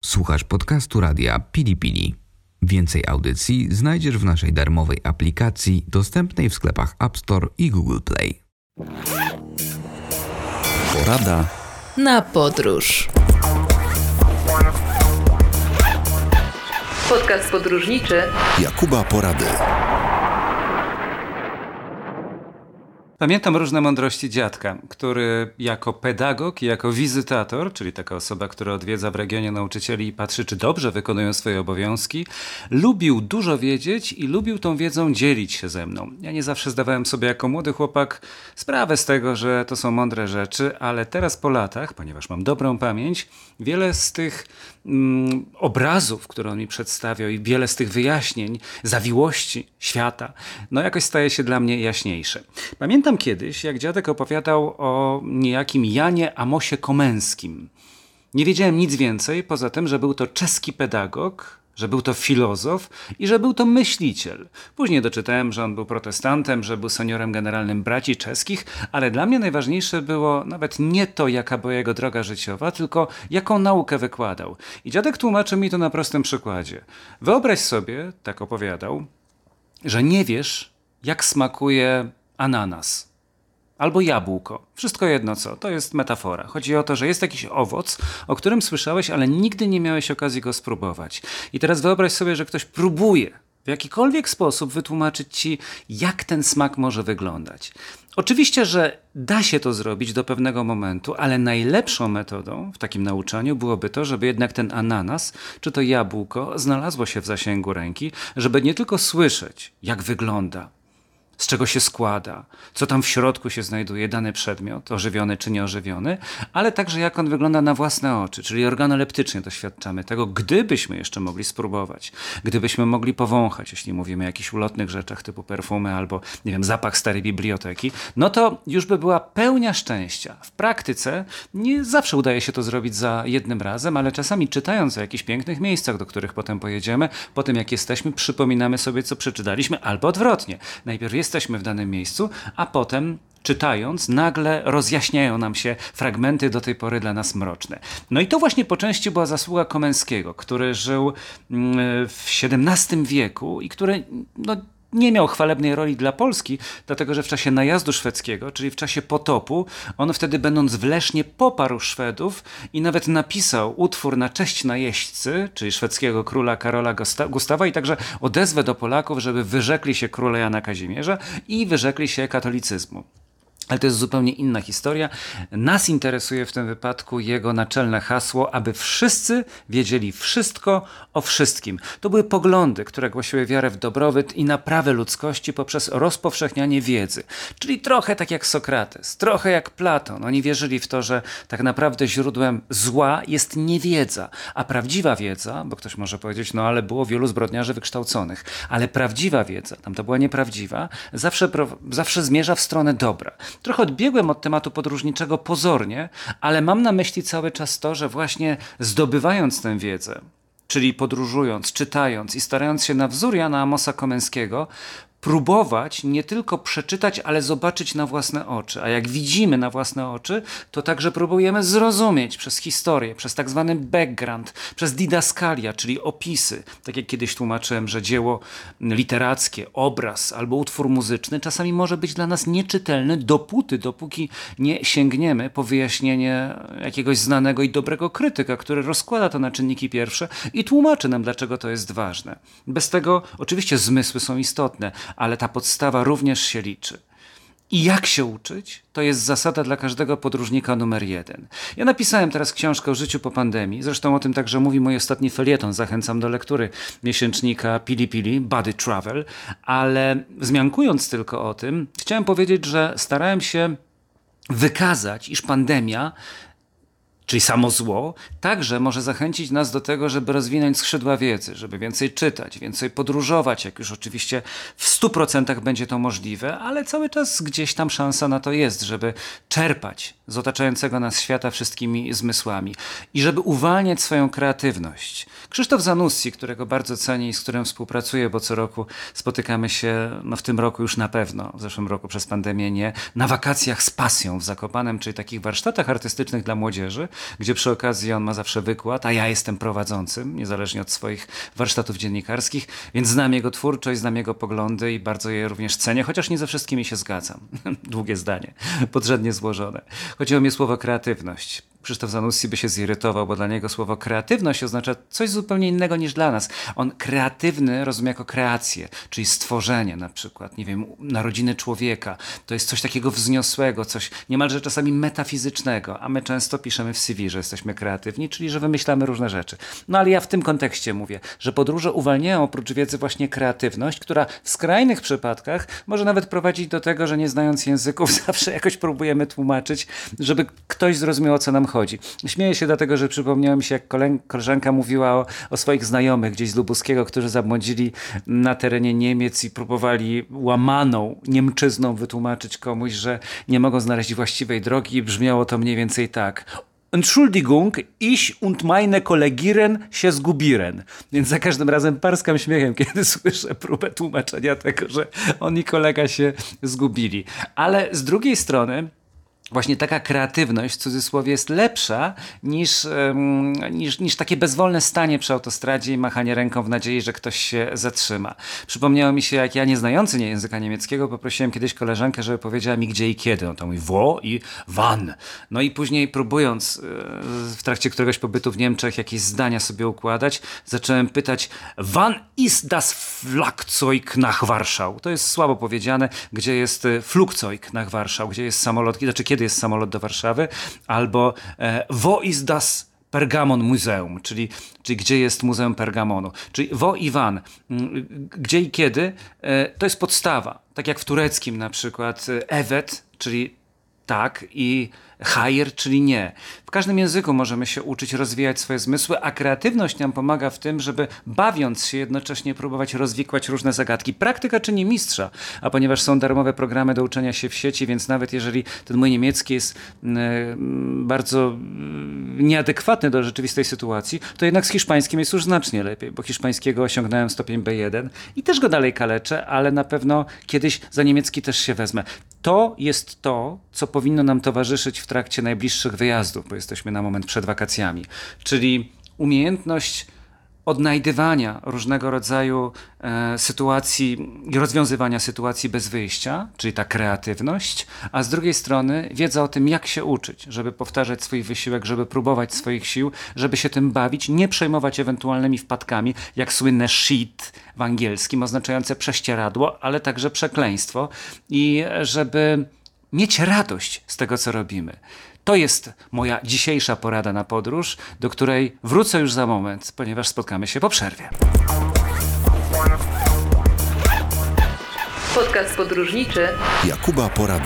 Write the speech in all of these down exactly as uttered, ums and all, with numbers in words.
Słuchasz podcastu radia Pili Pili. Więcej audycji znajdziesz w naszej darmowej aplikacji dostępnej w sklepach App Store i Google Play. Porada na podróż. Podcast podróżniczy Jakuba Porady. Pamiętam różne mądrości dziadka, który jako pedagog i jako wizytator, czyli taka osoba, która odwiedza w regionie nauczycieli i patrzy, czy dobrze wykonują swoje obowiązki, lubił dużo wiedzieć i lubił tą wiedzą dzielić się ze mną. Ja nie zawsze zdawałem sobie jako młody chłopak sprawę z tego, że to są mądre rzeczy, ale teraz po latach, ponieważ mam dobrą pamięć, wiele z tych mm, obrazów, które on mi przedstawiał i wiele z tych wyjaśnień, zawiłości świata, no jakoś staje się dla mnie jaśniejsze. Pamiętam kiedyś, jak dziadek opowiadał o niejakim Janie Amosie Komenskim. Nie wiedziałem nic więcej, poza tym, że był to czeski pedagog, że był to filozof i że był to myśliciel. Później doczytałem, że on był protestantem, że był seniorem generalnym braci czeskich, ale dla mnie najważniejsze było nawet nie to, jaka była jego droga życiowa, tylko jaką naukę wykładał. I dziadek tłumaczył mi to na prostym przykładzie. Wyobraź sobie, tak opowiadał, że nie wiesz, jak smakuje ananas albo jabłko. Wszystko jedno co, to jest metafora. Chodzi o to, że jest jakiś owoc, o którym słyszałeś, ale nigdy nie miałeś okazji go spróbować. I teraz wyobraź sobie, że ktoś próbuje w jakikolwiek sposób wytłumaczyć ci, jak ten smak może wyglądać. Oczywiście, że da się to zrobić do pewnego momentu, ale najlepszą metodą w takim nauczaniu byłoby to, żeby jednak ten ananas, czy to jabłko znalazło się w zasięgu ręki, żeby nie tylko słyszeć, jak wygląda, z czego się składa, co tam w środku się znajduje dany przedmiot, ożywiony czy nieożywiony, ale także jak on wygląda na własne oczy, czyli organoleptycznie doświadczamy tego, gdybyśmy jeszcze mogli spróbować, gdybyśmy mogli powąchać, jeśli mówimy o jakichś ulotnych rzeczach typu perfumy albo, nie wiem, zapach starej biblioteki, no to już by była pełnia szczęścia. W praktyce nie zawsze udaje się to zrobić za jednym razem, ale czasami czytając o jakichś pięknych miejscach, do których potem pojedziemy, po tym jak jesteśmy, przypominamy sobie, co przeczytaliśmy, albo odwrotnie. Najpierw jest Jesteśmy w danym miejscu, a potem czytając, nagle rozjaśniają nam się fragmenty do tej pory dla nas mroczne. No i to właśnie po części była zasługa Komenskiego, który żył w siedemnastym wieku i który no, nie miał chwalebnej roli dla Polski, dlatego że w czasie najazdu szwedzkiego, czyli w czasie potopu, on wtedy będąc w Lesznie poparł Szwedów i nawet napisał utwór na cześć najeźdźcy, czyli szwedzkiego króla Karola Gustawa i także odezwę do Polaków, żeby wyrzekli się króla Jana Kazimierza i wyrzekli się katolicyzmu. Ale to jest zupełnie inna historia. Nas interesuje w tym wypadku jego naczelne hasło, aby wszyscy wiedzieli wszystko o wszystkim. To były poglądy, które głosiły wiarę w dobrobyt i naprawę ludzkości poprzez rozpowszechnianie wiedzy. Czyli trochę tak jak Sokrates, trochę jak Platon. Oni wierzyli w to, że tak naprawdę źródłem zła jest niewiedza, a prawdziwa wiedza, bo ktoś może powiedzieć, no ale było wielu zbrodniarzy wykształconych, ale prawdziwa wiedza, tam to była nieprawdziwa, zawsze, zawsze zmierza w stronę dobra. Trochę odbiegłem od tematu podróżniczego pozornie, ale mam na myśli cały czas to, że właśnie zdobywając tę wiedzę, czyli podróżując, czytając i starając się na wzór Jana Amosa Komenskiego, próbować nie tylko przeczytać, ale zobaczyć na własne oczy. A jak widzimy na własne oczy, to także próbujemy zrozumieć przez historię, przez tak zwany background, przez didaskalia, czyli opisy. Tak jak kiedyś tłumaczyłem, że dzieło literackie, obraz albo utwór muzyczny czasami może być dla nas nieczytelny dopóty, dopóki nie sięgniemy po wyjaśnienie jakiegoś znanego i dobrego krytyka, który rozkłada to na czynniki pierwsze i tłumaczy nam, dlaczego to jest ważne. Bez tego oczywiście zmysły są istotne, ale ta podstawa również się liczy. I jak się uczyć? To jest zasada dla każdego podróżnika numer jeden. Ja napisałem teraz książkę o życiu po pandemii, zresztą o tym także mówi mój ostatni felieton, zachęcam do lektury miesięcznika Pili Pili, Body Travel, ale wzmiankując tylko o tym, chciałem powiedzieć, że starałem się wykazać, iż pandemia, czyli samo zło, także może zachęcić nas do tego, żeby rozwinąć skrzydła wiedzy, żeby więcej czytać, więcej podróżować, jak już oczywiście w stu procentach będzie to możliwe, ale cały czas gdzieś tam szansa na to jest, żeby czerpać z otaczającego nas świata wszystkimi zmysłami i żeby uwalniać swoją kreatywność. Krzysztof Zanussi, którego bardzo cenię i z którym współpracuję, bo co roku spotykamy się, no w tym roku już na pewno, w zeszłym roku przez pandemię nie, na wakacjach z pasją w Zakopanem, czyli takich warsztatach artystycznych dla młodzieży, gdzie przy okazji on ma zawsze wykład, a ja jestem prowadzącym, niezależnie od swoich warsztatów dziennikarskich, więc znam jego twórczość, znam jego poglądy i bardzo je również cenię, chociaż nie ze wszystkimi się zgadzam. Długie zdanie, podrzędnie złożone. Chodzi o mnie słowo kreatywność. Krzysztof Zanussi by się zirytował, bo dla niego słowo kreatywność oznacza coś zupełnie innego niż dla nas. On kreatywny rozumie jako kreację, czyli stworzenie na przykład, nie wiem, narodziny człowieka. To jest coś takiego wzniosłego, coś niemalże czasami metafizycznego, a my często piszemy w C V, że jesteśmy kreatywni, czyli że wymyślamy różne rzeczy. No ale ja w tym kontekście mówię, że podróże uwalniają oprócz wiedzy właśnie kreatywność, która w skrajnych przypadkach może nawet prowadzić do tego, że nie znając języków zawsze jakoś próbujemy tłumaczyć, żeby ktoś zrozumiał, o co nam chodzi. Śmieję się dlatego, że przypomniało mi się, jak koleżanka mówiła o, o swoich znajomych gdzieś z Lubuskiego, którzy zabłądzili na terenie Niemiec i próbowali łamaną niemczyzną wytłumaczyć komuś, że nie mogą znaleźć właściwej drogi i brzmiało to mniej więcej tak. Entschuldigung, ich und meine Kolleginnen się zgubiren. Więc za każdym razem parskam śmiechem, kiedy słyszę próbę tłumaczenia tego, że on i kolega się zgubili. Ale z drugiej strony właśnie taka kreatywność, w cudzysłowie, jest lepsza niż, um, niż, niż takie bezwolne stanie przy autostradzie i machanie ręką w nadziei, że ktoś się zatrzyma. Przypomniało mi się, jak ja, nieznający nie języka niemieckiego, poprosiłem kiedyś koleżankę, żeby powiedziała mi gdzie i kiedy. No to mówi wo i wann. No i później próbując yy, w trakcie któregoś pobytu w Niemczech jakieś zdania sobie układać, zacząłem pytać, wann ist das Flugzeug nach Warschau? To jest słabo powiedziane, gdzie jest Flugzeug nach Warschau, gdzie jest samolot, znaczy kiedy jest samolot do Warszawy, albo e, wo ist das Pergamon Muzeum, czyli, czyli gdzie jest Muzeum Pergamonu. Czyli wo i wann, gdzie i kiedy, e, to jest podstawa. Tak jak w tureckim na przykład evet, czyli tak, i hayır, czyli nie. W każdym języku możemy się uczyć rozwijać swoje zmysły, a kreatywność nam pomaga w tym, żeby bawiąc się jednocześnie próbować rozwikłać różne zagadki. Praktyka czyni mistrza, a ponieważ są darmowe programy do uczenia się w sieci, więc nawet jeżeli ten mój niemiecki jest y, bardzo y, nieadekwatny do rzeczywistej sytuacji, to jednak z hiszpańskim jest już znacznie lepiej, bo hiszpańskiego osiągnąłem stopień B jeden i też go dalej kaleczę, ale na pewno kiedyś za niemiecki też się wezmę. To jest to, co powinno nam towarzyszyć w trakcie najbliższych wyjazdów, bo jesteśmy na moment przed wakacjami, czyli umiejętność odnajdywania różnego rodzaju e, sytuacji i rozwiązywania sytuacji bez wyjścia, czyli ta kreatywność, a z drugiej strony wiedza o tym, jak się uczyć, żeby powtarzać swój wysiłek, żeby próbować swoich sił, żeby się tym bawić, nie przejmować ewentualnymi wpadkami, jak słynne shit w angielskim, oznaczające prześcieradło, ale także przekleństwo i żeby mieć radość z tego, co robimy. To jest moja dzisiejsza porada na podróż, do której wrócę już za moment, ponieważ spotkamy się po przerwie. Podcast podróżniczy Jakuba Porady.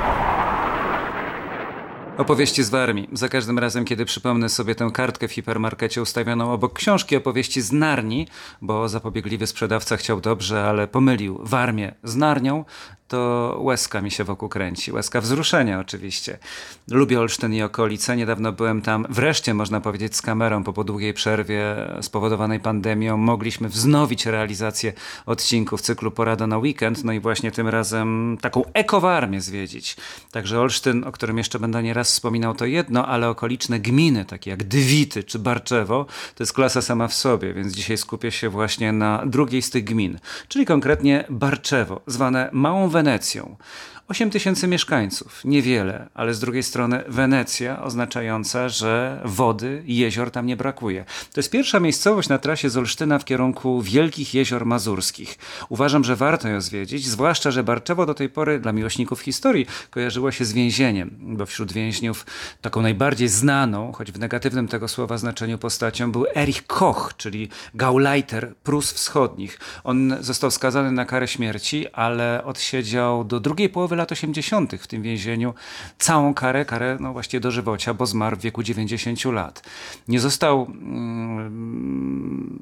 Opowieści z Warmii. Za każdym razem, kiedy przypomnę sobie tę kartkę w hipermarkecie ustawioną obok książki opowieści z Narni, bo zapobiegliwy sprzedawca chciał dobrze, ale pomylił Warmię z Narnią, to łezka mi się wokół kręci. Łezka wzruszenia oczywiście. Lubię Olsztyn i okolice. Niedawno byłem tam, wreszcie można powiedzieć, z kamerą, bo po długiej przerwie spowodowanej pandemią mogliśmy wznowić realizację odcinków cyklu Porada na weekend, no i właśnie tym razem taką ekowarmię zwiedzić. Także Olsztyn, o którym jeszcze będę nieraz wspominał, to jedno, ale okoliczne gminy, takie jak Dywity czy Barczewo, to jest klasa sama w sobie, więc dzisiaj skupię się właśnie na drugiej z tych gmin, czyli konkretnie Barczewo, zwane Małą Wenecją. osiem tysięcy mieszkańców, niewiele, ale z drugiej strony Wenecja, oznaczająca, że wody i jezior tam nie brakuje. To jest pierwsza miejscowość na trasie z Olsztyna w kierunku Wielkich Jezior Mazurskich. Uważam, że warto ją zwiedzić, zwłaszcza, że Barczewo do tej pory dla miłośników historii kojarzyło się z więzieniem, bo wśród więźniów taką najbardziej znaną, choć w negatywnym tego słowa znaczeniu postacią był Erich Koch, czyli Gauleiter Prus Wschodnich. On został skazany na karę śmierci, ale odsiedział do drugiej połowy lat osiemdziesiątych w tym więzieniu całą karę, karę no właściwie dożywocia, bo zmarł w wieku dziewięćdziesięciu lat. Nie został mm,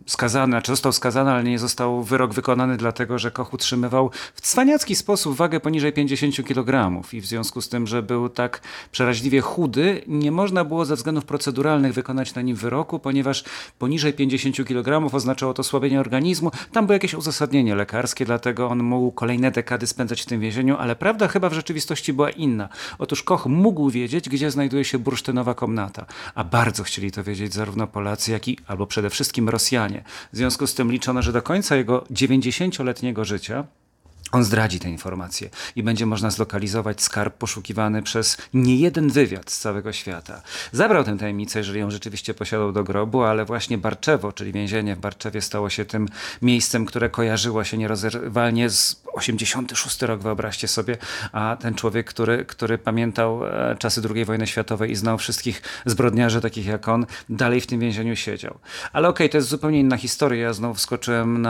skazany, znaczy został skazany, ale nie został wyrok wykonany, dlatego że Koch utrzymywał w cwaniacki sposób wagę poniżej pięćdziesiąt kilogramów i w związku z tym, że był tak przeraźliwie chudy, nie można było ze względów proceduralnych wykonać na nim wyroku, ponieważ poniżej pięćdziesiąt kilogramów oznaczało to osłabienie organizmu. Tam było jakieś uzasadnienie lekarskie, dlatego on mógł kolejne dekady spędzać w tym więzieniu, ale prawda chyba w rzeczywistości była inna. Otóż Koch mógł wiedzieć, gdzie znajduje się bursztynowa komnata, a bardzo chcieli to wiedzieć zarówno Polacy, jak i, albo przede wszystkim Rosjanie. W związku z tym liczono, że do końca jego dziewięćdziesięcioletniego życia on zdradzi te informacje i będzie można zlokalizować skarb poszukiwany przez niejeden wywiad z całego świata. Zabrał tę tajemnicę, jeżeli ją rzeczywiście posiadał do grobu, ale właśnie Barczewo, czyli więzienie w Barczewie, stało się tym miejscem, które kojarzyło się nierozerwalnie z osiemdziesiąty szósty rok, wyobraźcie sobie, a ten człowiek, który, który pamiętał czasy drugiej wojny światowej i znał wszystkich zbrodniarzy takich jak on, dalej w tym więzieniu siedział. Ale okej, okay, to jest zupełnie inna historia. Ja znowu wskoczyłem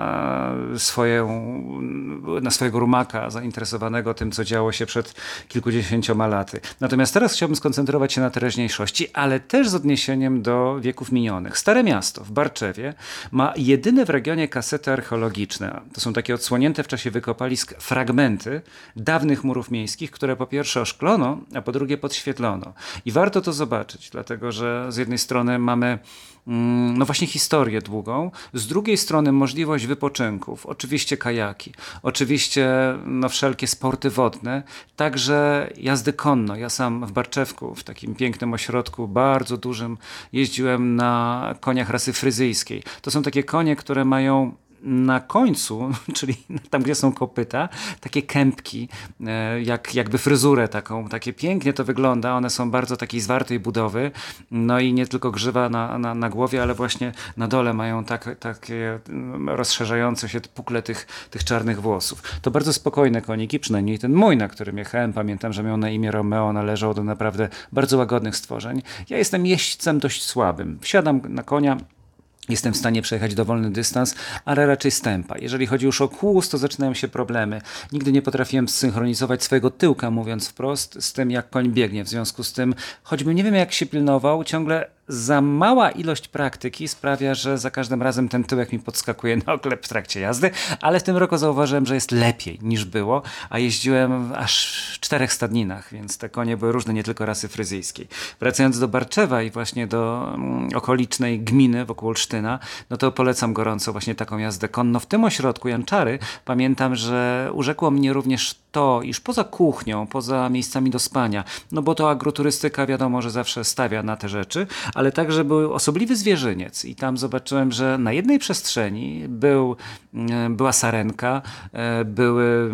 na swoją na swojego rumaka zainteresowanego tym, co działo się przed kilkudziesięcioma laty. Natomiast teraz chciałbym skoncentrować się na teraźniejszości, ale też z odniesieniem do wieków minionych. Stare Miasto w Barczewie ma jedyne w regionie kasety archeologiczne. To są takie odsłonięte w czasie wykopalisk fragmenty dawnych murów miejskich, które po pierwsze oszklono, a po drugie podświetlono. I warto to zobaczyć, dlatego że z jednej strony mamy no właśnie historię długą, z drugiej strony możliwość wypoczynków, oczywiście kajaki, oczywiście no wszelkie sporty wodne, także jazdy konno. Ja sam w Barczewku, w takim pięknym ośrodku, bardzo dużym, jeździłem na koniach rasy fryzyjskiej. To są takie konie, które mają na końcu, czyli tam, gdzie są kopyta, takie kępki, jak, jakby fryzurę taką, takie pięknie to wygląda, one są bardzo takiej zwartej budowy, no i nie tylko grzywa na, na, na głowie, ale właśnie na dole mają tak, takie rozszerzające się pukle tych, tych czarnych włosów. To bardzo spokojne koniki, przynajmniej ten mój, na którym jechałem, pamiętam, że miał na imię Romeo, należał do naprawdę bardzo łagodnych stworzeń. Ja jestem jeźdźcem dość słabym. Wsiadam na konia, jestem w stanie przejechać dowolny dystans, ale raczej stępa. Jeżeli chodzi już o kłus, to zaczynają się problemy. Nigdy nie potrafiłem zsynchronizować swojego tyłka, mówiąc wprost, z tym, jak koń biegnie. W związku z tym, choćbym nie wiem, jak się pilnował, ciągle za mała ilość praktyki sprawia, że za każdym razem ten tyłek mi podskakuje na oklep w trakcie jazdy, ale w tym roku zauważyłem, że jest lepiej niż było, a jeździłem aż w czterech stadninach, więc te konie były różne, nie tylko rasy fryzyjskiej. Wracając do Barczewa i właśnie do mm, okolicznej gminy wokół Olsztyna, no to polecam gorąco właśnie taką jazdę konno. W tym ośrodku Janczary pamiętam, że urzekło mnie również to, iż poza kuchnią, poza miejscami do spania, no bo to agroturystyka wiadomo, że zawsze stawia na te rzeczy, ale także był osobliwy zwierzyniec i tam zobaczyłem, że na jednej przestrzeni był, była sarenka, były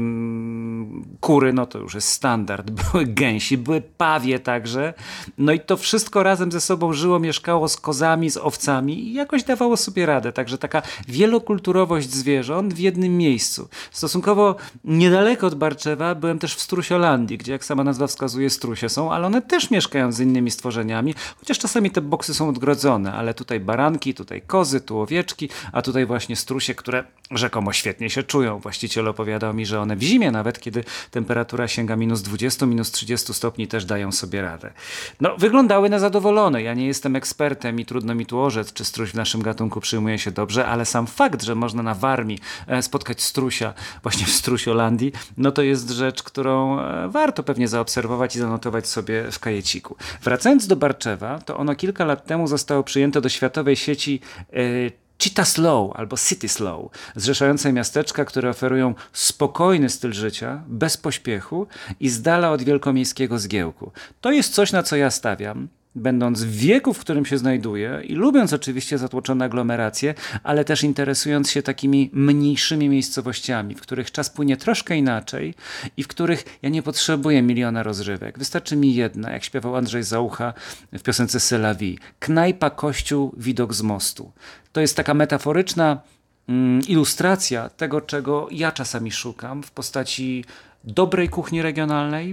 kury, no to już jest standard, były gęsi, były pawie także, no i to wszystko razem ze sobą żyło, mieszkało z kozami, z owcami i jakoś dawało sobie radę, także taka wielokulturowość zwierząt w jednym miejscu. Stosunkowo niedaleko od Barczewa byłem też w Strusiolandii, gdzie jak sama nazwa wskazuje strusie są, ale one też mieszkają z innymi stworzeniami, chociaż czasami te boksy są odgrodzone, ale tutaj baranki, tutaj kozy, tu owieczki, a tutaj właśnie strusie, które rzekomo świetnie się czują. Właściciel opowiadał mi, że one w zimie, nawet kiedy temperatura sięga minus dwadzieścia, minus trzydzieści stopni, też dają sobie radę. No, wyglądały na zadowolone. Ja nie jestem ekspertem i trudno mi tu orzec, czy struś w naszym gatunku przyjmuje się dobrze, ale sam fakt, że można na Warmii spotkać strusia właśnie w Strusiolandii, no to jest rzecz, którą warto pewnie zaobserwować i zanotować sobie w kajeciku. Wracając do Barczewa, to ono kilka lat temu zostało przyjęte do światowej sieci yy, Cheetah Slow albo City Slow, zrzeszające miasteczka, które oferują spokojny styl życia, bez pośpiechu i z dala od wielkomiejskiego zgiełku. To jest coś, na co ja stawiam, będąc w wieku, w którym się znajduję i lubiąc oczywiście zatłoczone aglomeracje, ale też interesując się takimi mniejszymi miejscowościami, w których czas płynie troszkę inaczej i w których ja nie potrzebuję miliona rozrywek. Wystarczy mi jedna, jak śpiewał Andrzej Zaucha w piosence C'est la vie. Knajpa, kościół, widok z mostu. To jest taka metaforyczna mm, ilustracja tego, czego ja czasami szukam w postaci dobrej kuchni regionalnej,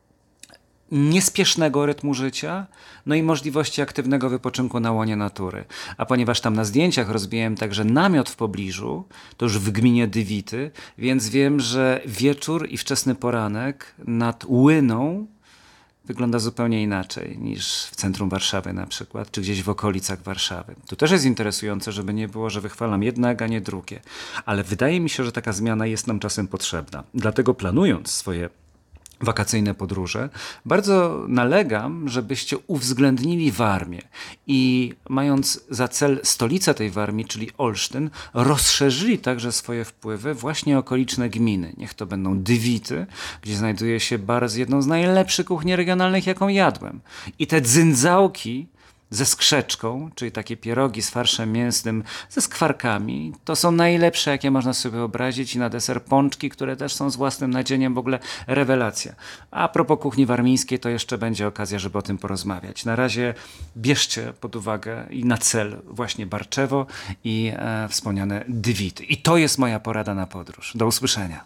niespiesznego rytmu życia, no i możliwości aktywnego wypoczynku na łonie natury. A ponieważ tam na zdjęciach rozbiłem także namiot w pobliżu, to już w gminie Dywity, więc wiem, że wieczór i wczesny poranek nad Łyną wygląda zupełnie inaczej niż w centrum Warszawy na przykład, czy gdzieś w okolicach Warszawy. To też jest interesujące, żeby nie było, że wychwalam jednak, a nie drugie. Ale wydaje mi się, że taka zmiana jest nam czasem potrzebna. Dlatego planując swoje wakacyjne podróże, bardzo nalegam, żebyście uwzględnili Warmię i mając za cel stolicę tej Warmii, czyli Olsztyn, rozszerzyli także swoje wpływy właśnie okoliczne gminy. Niech to będą Dywity, gdzie znajduje się bar z jedną z najlepszych kuchni regionalnych, jaką jadłem. I te dzyndzałki ze skrzeczką, czyli takie pierogi z farszem mięsnym ze skwarkami. To są najlepsze, jakie można sobie wyobrazić, i na deser pączki, które też są z własnym nadzieniem, w ogóle rewelacja. A propos kuchni warmińskiej, to jeszcze będzie okazja, żeby o tym porozmawiać. Na razie bierzcie pod uwagę i na cel właśnie Barczewo i e, wspomniane Dywity. I to jest moja porada na podróż. Do usłyszenia.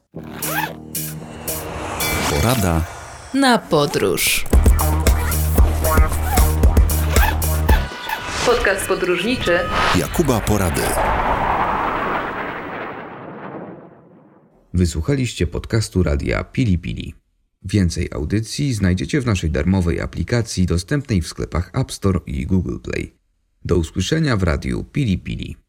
Porada na podróż. Podcast podróżniczy Jakuba Porady. Wysłuchaliście podcastu Radia Pili Pili. Więcej audycji znajdziecie w naszej darmowej aplikacji dostępnej w sklepach App Store i Google Play. Do usłyszenia w Radiu Pili Pili.